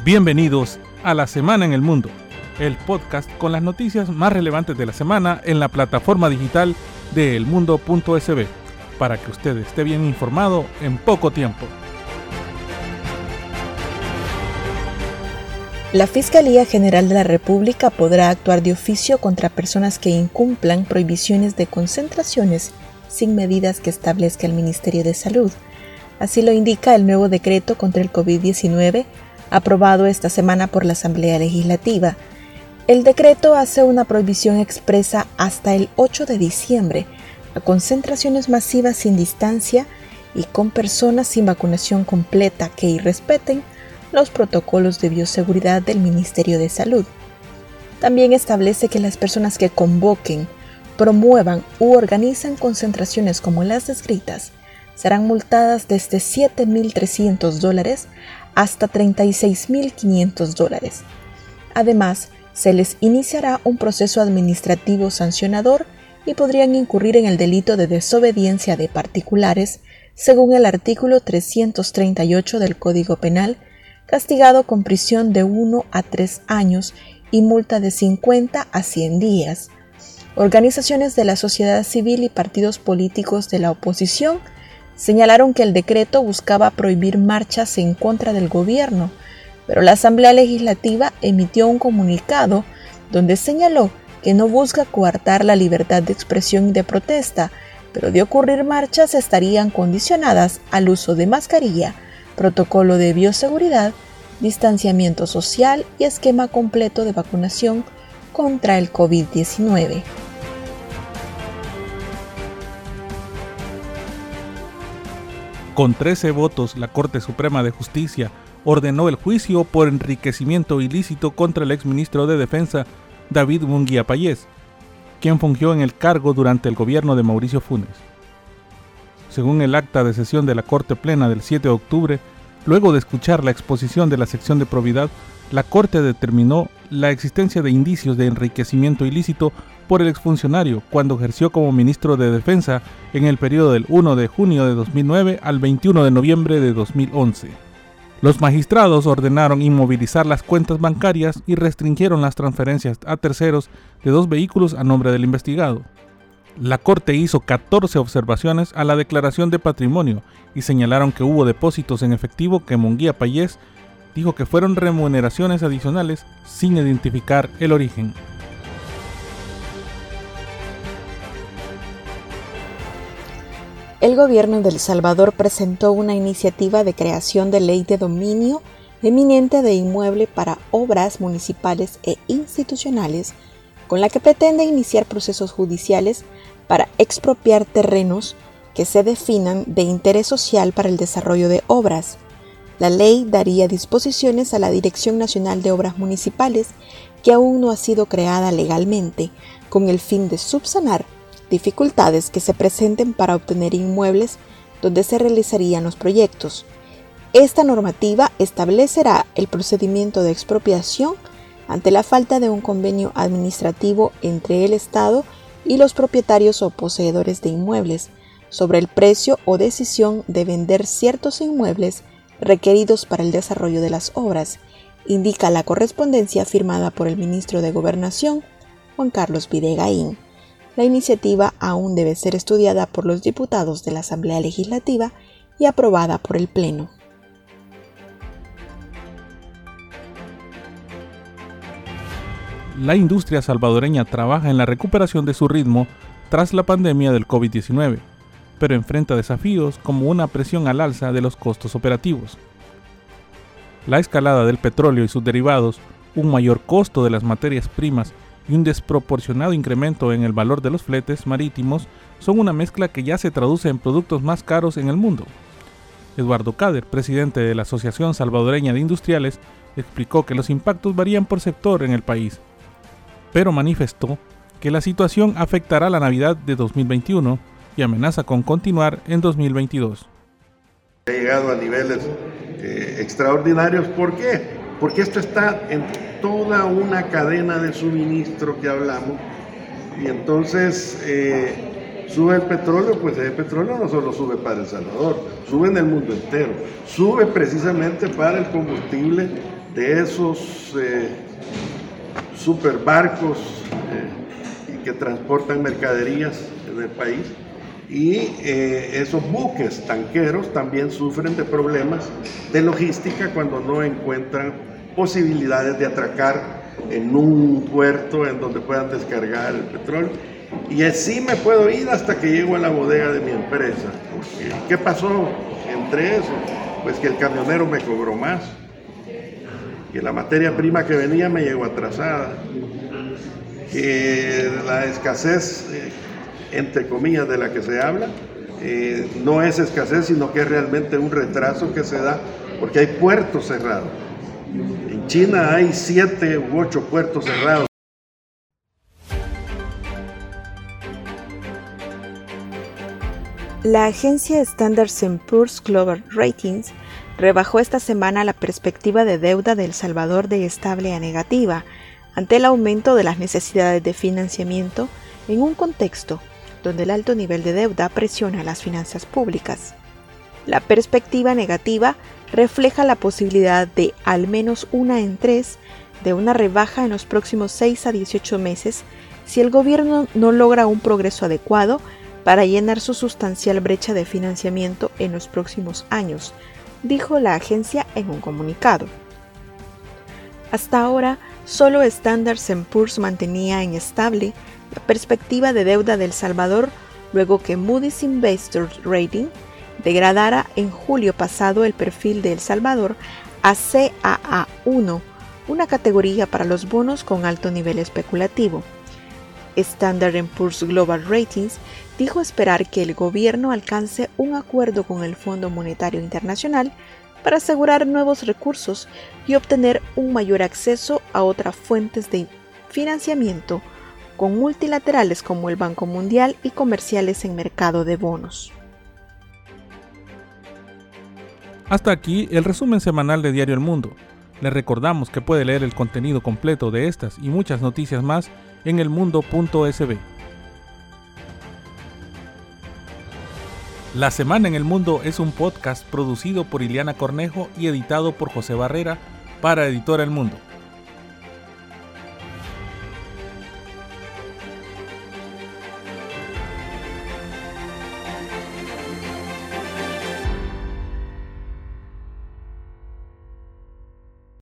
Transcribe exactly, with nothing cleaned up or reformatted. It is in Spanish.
Bienvenidos a La Semana en el Mundo, el podcast con las noticias más relevantes de la semana en la plataforma digital de elmundo punto es be, para que usted esté bien informado en poco tiempo. La Fiscalía General de la República podrá actuar de oficio contra personas que incumplan prohibiciones de concentraciones sin medidas que establezca el Ministerio de Salud. Así lo indica el nuevo decreto contra el covid diecinueve aprobado esta semana por la Asamblea Legislativa. El decreto hace una prohibición expresa hasta el ocho de diciembre a concentraciones masivas sin distancia y con personas sin vacunación completa que irrespeten los protocolos de bioseguridad del Ministerio de Salud. También establece que las personas que convoquen, promuevan u organizan concentraciones como las descritas serán multadas desde siete mil trescientos dólares hasta treinta y seis mil quinientos dólares. Además, se les iniciará un proceso administrativo sancionador y podrían incurrir en el delito de desobediencia de particulares, según el artículo trescientos treinta y ocho del Código Penal, castigado con prisión de uno a tres años y multa de cincuenta a cien días. Organizaciones de la sociedad civil y partidos políticos de la oposición señalaron que el decreto buscaba prohibir marchas en contra del gobierno, pero la Asamblea Legislativa emitió un comunicado donde señaló que no busca coartar la libertad de expresión y de protesta, pero de ocurrir marchas estarían condicionadas al uso de mascarilla, protocolo de bioseguridad, distanciamiento social y esquema completo de vacunación contra el covid diecinueve. Con trece votos, la Corte Suprema de Justicia ordenó el juicio por enriquecimiento ilícito contra el exministro de Defensa, David Munguía Pallés, quien fungió en el cargo durante el gobierno de Mauricio Funes. Según el acta de sesión de la Corte Plena del siete de octubre, luego de escuchar la exposición de la sección de probidad, la Corte determinó la existencia de indicios de enriquecimiento ilícito por el exfuncionario cuando ejerció como ministro de Defensa en el periodo del primero de junio de dos mil nueve al veintiuno de noviembre de dos mil once. Los magistrados ordenaron inmovilizar las cuentas bancarias y restringieron las transferencias a terceros de dos vehículos a nombre del investigado. La Corte hizo catorce observaciones a la declaración de patrimonio y señalaron que hubo depósitos en efectivo que Munguía Pallés dijo que fueron remuneraciones adicionales sin identificar el origen. El gobierno de El Salvador presentó una iniciativa de creación de ley de dominio eminente de inmueble para obras municipales e institucionales, con la que pretende iniciar procesos judiciales para expropiar terrenos que se definan de interés social para el desarrollo de obras. La ley daría disposiciones a la Dirección Nacional de Obras Municipales, que aún no ha sido creada legalmente, con el fin de subsanar dificultades que se presenten para obtener inmuebles donde se realizarían los proyectos. Esta normativa establecerá el procedimiento de expropiación ante la falta de un convenio administrativo entre el Estado y los propietarios o poseedores de inmuebles sobre el precio o decisión de vender ciertos inmuebles requeridos para el desarrollo de las obras, indica la correspondencia firmada por el ministro de Gobernación, Juan Carlos Videgaín. La iniciativa aún debe ser estudiada por los diputados de la Asamblea Legislativa y aprobada por el Pleno. La industria salvadoreña trabaja en la recuperación de su ritmo tras la pandemia del covid diecinueve, pero enfrenta desafíos como una presión al alza de los costos operativos. La escalada del petróleo y sus derivados, un mayor costo de las materias primas y un desproporcionado incremento en el valor de los fletes marítimos son una mezcla que ya se traduce en productos más caros en el mundo. Eduardo Cader, presidente de la Asociación Salvadoreña de Industriales, explicó que los impactos varían por sector en el país, pero manifestó que la situación afectará la Navidad de dos mil veintiuno y amenaza con continuar en dos mil veintidós. Ha llegado a niveles eh, extraordinarios. ¿Por qué? Porque esto está en toda una cadena de suministro que hablamos, y entonces eh, sube el petróleo, pues el petróleo no solo sube para El Salvador, sube en el mundo entero, sube precisamente para el combustible de esos eh, superbarcos eh, que transportan mercaderías en el país, y eh, esos buques tanqueros también sufren de problemas de logística cuando no encuentran posibilidades de atracar en un puerto en donde puedan descargar el petróleo. Y así me puedo ir hasta que llego a la bodega de mi empresa. Porque, ¿qué pasó entre eso? Pues que el camionero me cobró más, que la materia prima que venía me llegó atrasada, que la escasez, eh, entre comillas, de la que se habla, eh, no es escasez, sino que es realmente un retraso que se da porque hay puertos cerrados. En China hay siete u ocho puertos cerrados. La agencia Standard and Poor's Global Ratings rebajó esta semana la perspectiva de deuda de El Salvador de estable a negativa, ante el aumento de las necesidades de financiamiento en un contexto donde el alto nivel de deuda presiona las finanzas públicas. La perspectiva negativa refleja la posibilidad de al menos una en tres de una rebaja en los próximos seis a dieciocho meses si el gobierno no logra un progreso adecuado para llenar su sustancial brecha de financiamiento en los próximos años, dijo la agencia en un comunicado. Hasta ahora, solo Standard and Poor's mantenía en estable la perspectiva de deuda de El Salvador luego que Moody's Investors Rating degradara en julio pasado el perfil de El Salvador a C A A uno, una categoría para los bonos con alto nivel especulativo. Standard and Poor's Global Ratings dijo esperar que el gobierno alcance un acuerdo con el Fondo Monetario Internacional para asegurar nuevos recursos y obtener un mayor acceso a otras fuentes de financiamiento con multilaterales como el Banco Mundial y comerciales en mercado de bonos. Hasta aquí el resumen semanal de Diario El Mundo. Les recordamos que puede leer el contenido completo de estas y muchas noticias más en elmundo punto es be. La Semana en el Mundo es un podcast producido por Ileana Cornejo y editado por José Barrera para Editora El Mundo.